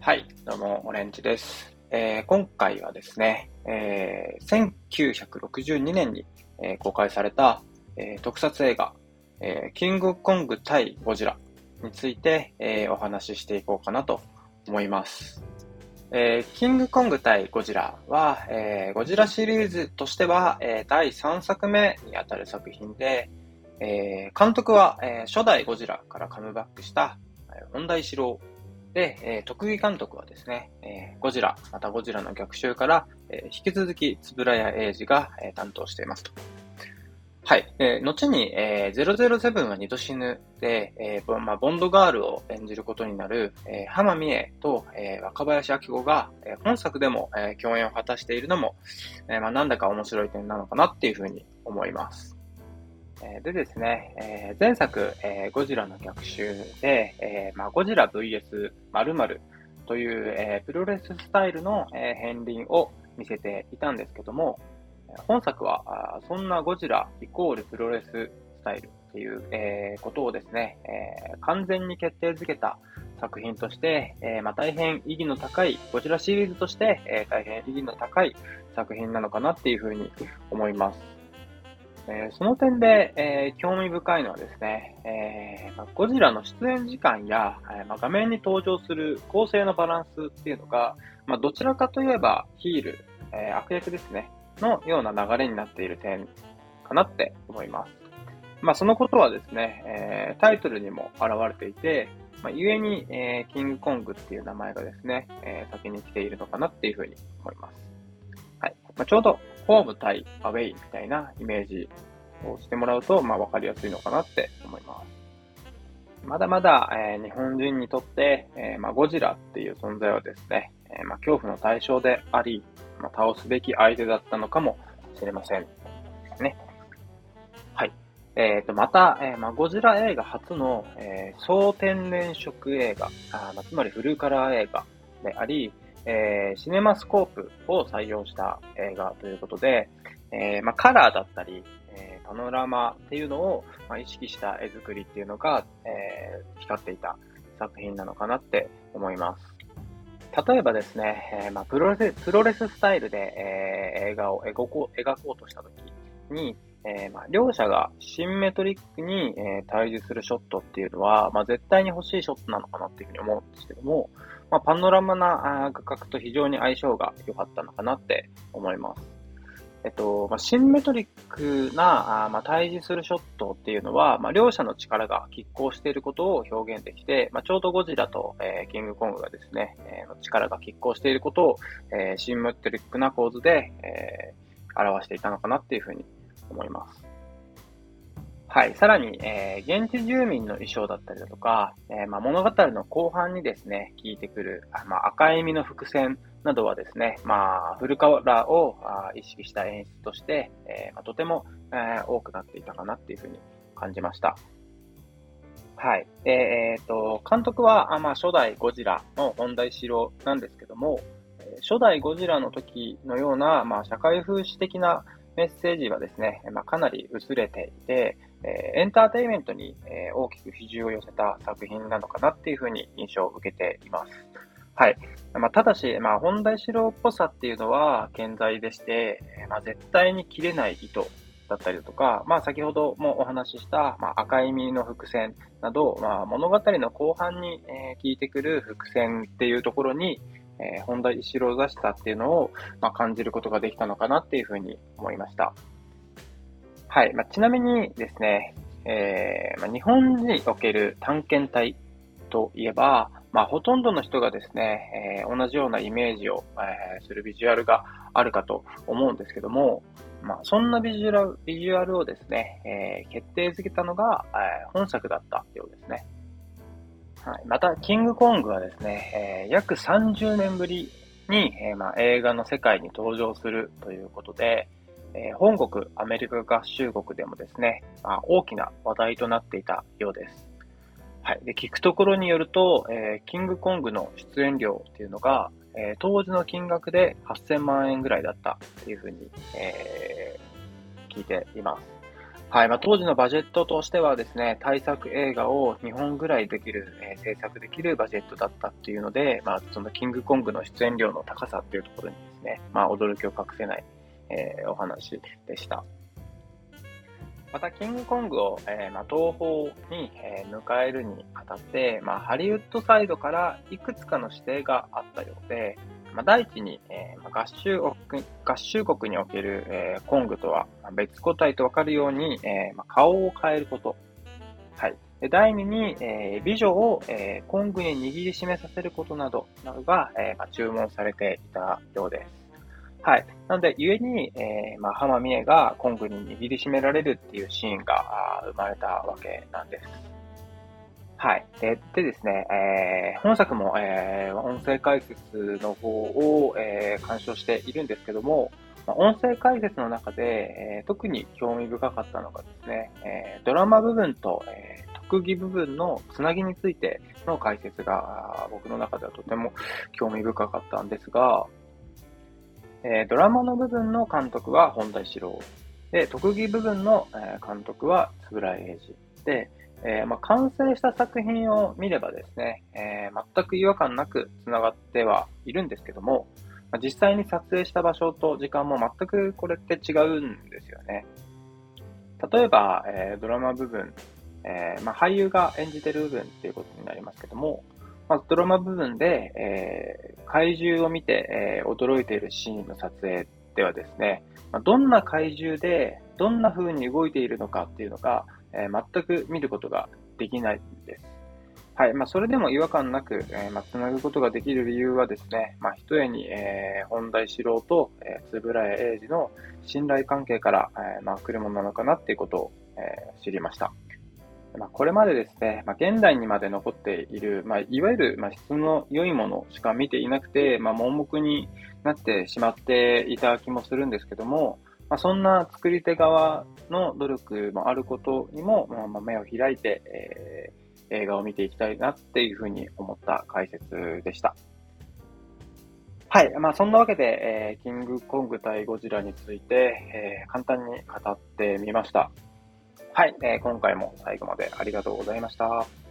はい、どうも、オレンジです。今回はですね、1962年に、公開された、特撮映画、キングコング対ゴジラについて、お話ししていこうかなと思います。キングコング対ゴジラは、ゴジラシリーズとしては、第3作目にあたる作品で、監督は、初代ゴジラからカムバックした本田一郎で、特技監督はですね、ゴジラ、またゴジラの逆襲から、引き続き円谷英二が、担当していますと。はい。後に、007は二度死ぬで、ボンドガールを演じることになる、浜美恵と、若林明子が、本作でも、共演を果たしているのも、なんだか面白い点なのかなっていうふうに思います。でですね、前作、ゴジラの逆襲で、ゴジラ VS 〇〇という、プロレススタイルの、片鱗を見せていたんですけども、本作はそんなゴジライコールプロレススタイルっていう、ことをですね、完全に決定づけた作品として、大変意義の高い、ゴジラシリーズとして、大変意義の高い作品なのかなっていうふうに思います。その点で、興味深いのはですね、ゴジラの出演時間や、画面に登場する構成のバランスっていうのが、どちらかといえばヒール、悪役ですね、のような流れになっている点かなって思います。そのことはですね、タイトルにも現れていて、故に、キングコングっていう名前がですね、先に来ているのかなっていうふうに思います。はい。ちょうどホーム対アウェイみたいなイメージをしてもらうと、わかりやすいのかなって思います。まだまだ、日本人にとって、ゴジラっていう存在はですね、恐怖の対象であり、倒すべき相手だったのかもしれません。ね。はい。また、ゴジラ映画初の、総天然色映画、つまりフルカラー映画であり、シネマスコープを採用した映画ということで、カラーだったり、パノラマっていうのを、意識した絵作りっていうのが、光っていた作品なのかなって思います。例えばですね、プロレススタイルで、映画を描こうとしたときに、両者がシンメトリックに、対峙するショットっていうのは、絶対に欲しいショットなのかなっていうふうに思うんですけども、パノラマな画角と非常に相性が良かったのかなって思います。シンメトリックな、対峙するショットっていうのは、両者の力が拮抗していることを表現できて、ちょうどゴジラと、キングコングがですね、力が拮抗していることを、シンメトリックな構図で、表していたのかなっていうふうに思います。はい。さらに、現地住民の衣装だったりだとか、物語の後半にですね、効いてくる、赤い実の伏線などはですね、フルカラーを意識した演出として、とても、多くなっていたかなっていうふうに感じました。はい。で、監督は、初代ゴジラの本田一郎なんですけども、初代ゴジラの時のような、社会風刺的なメッセージはですね、かなり薄れていて、エンターテインメントに、大きく比重を寄せた作品なのかなっていうふうに印象を受けています。はい。ただし、本田一郎っぽさっていうのは健在でして、絶対に切れない糸だったりだとか、先ほどもお話しした、赤い実の伏線など、物語の後半に、効いてくる伏線っていうところに、本田一郎らしさっていうのを、感じることができたのかなっていうふうに思いました。はい。ちなみにですね、日本における探検隊といえば、ほとんどの人がですね、同じようなイメージを、するビジュアルがあるかと思うんですけども、そんなビジュアルをですね、決定づけたのが、本作だったようですね。はい。また、キングコングはですね、約30年ぶりに、映画の世界に登場するということで、本国アメリカ合衆国でもですね、大きな話題となっていたようです。はい。で、聞くところによると、キングコングの出演料っていうのが、当時の金額で8000万円ぐらいだったっていうふうに、聞いています。 はい。当時のバジェットとしてはですね、大作映画を2本ぐらいできる、制作できるバジェットだったっていうので、そのキングコングの出演料の高さっていうところにですね、驚きを隠せない、お話でした。また、キングコングを、東宝に、迎えるにあたって、ハリウッドサイドからいくつかの指定があったようで、第一に、合衆国における、コングとは別個体とわかるように、顔を変えること。はい。で第二に、美女を、コングに握りしめさせることなどが、注文されていたようです。はい。なので、故に、浜美恵がコングに握りしめられるっていうシーンが生まれたわけなんです。はい。でですね、本作も、音声解説の方を、鑑賞しているんですけども、音声解説の中で、特に興味深かったのがですね、ドラマ部分と、特技部分のつなぎについての解説が僕の中ではとても興味深かったんですが、ドラマの部分の監督は本田一郎で、特技部分の、監督は円谷英二で、完成した作品を見ればですね、全く違和感なく繋がってはいるんですけども、実際に撮影した場所と時間も全くこれって違うんですよね。例えば、ドラマ部分、俳優が演じてる部分っていうことになりますけども、ドラマ部分で、怪獣を見て、驚いているシーンの撮影ではですね、どんな怪獣でどんな風に動いているのかっていうのが、全く見ることができないんです。はい。それでも違和感なく、つなぐことができる理由はですね、ひとえに、本田一郎と、円谷英二の信頼関係から、来るものなのかなっていうことを、知りました。これまでですね、現代にまで残っている、いわゆる、質の良いものしか見ていなくて、盲目になってしまっていた気もするんですけども、そんな作り手側の努力もあることにも、目を開いて、映画を見ていきたいなっていうふうに思った解説でした。はい。そんなわけで、キングコング対ゴジラについて、簡単に語ってみました。はい、今回も最後までありがとうございました。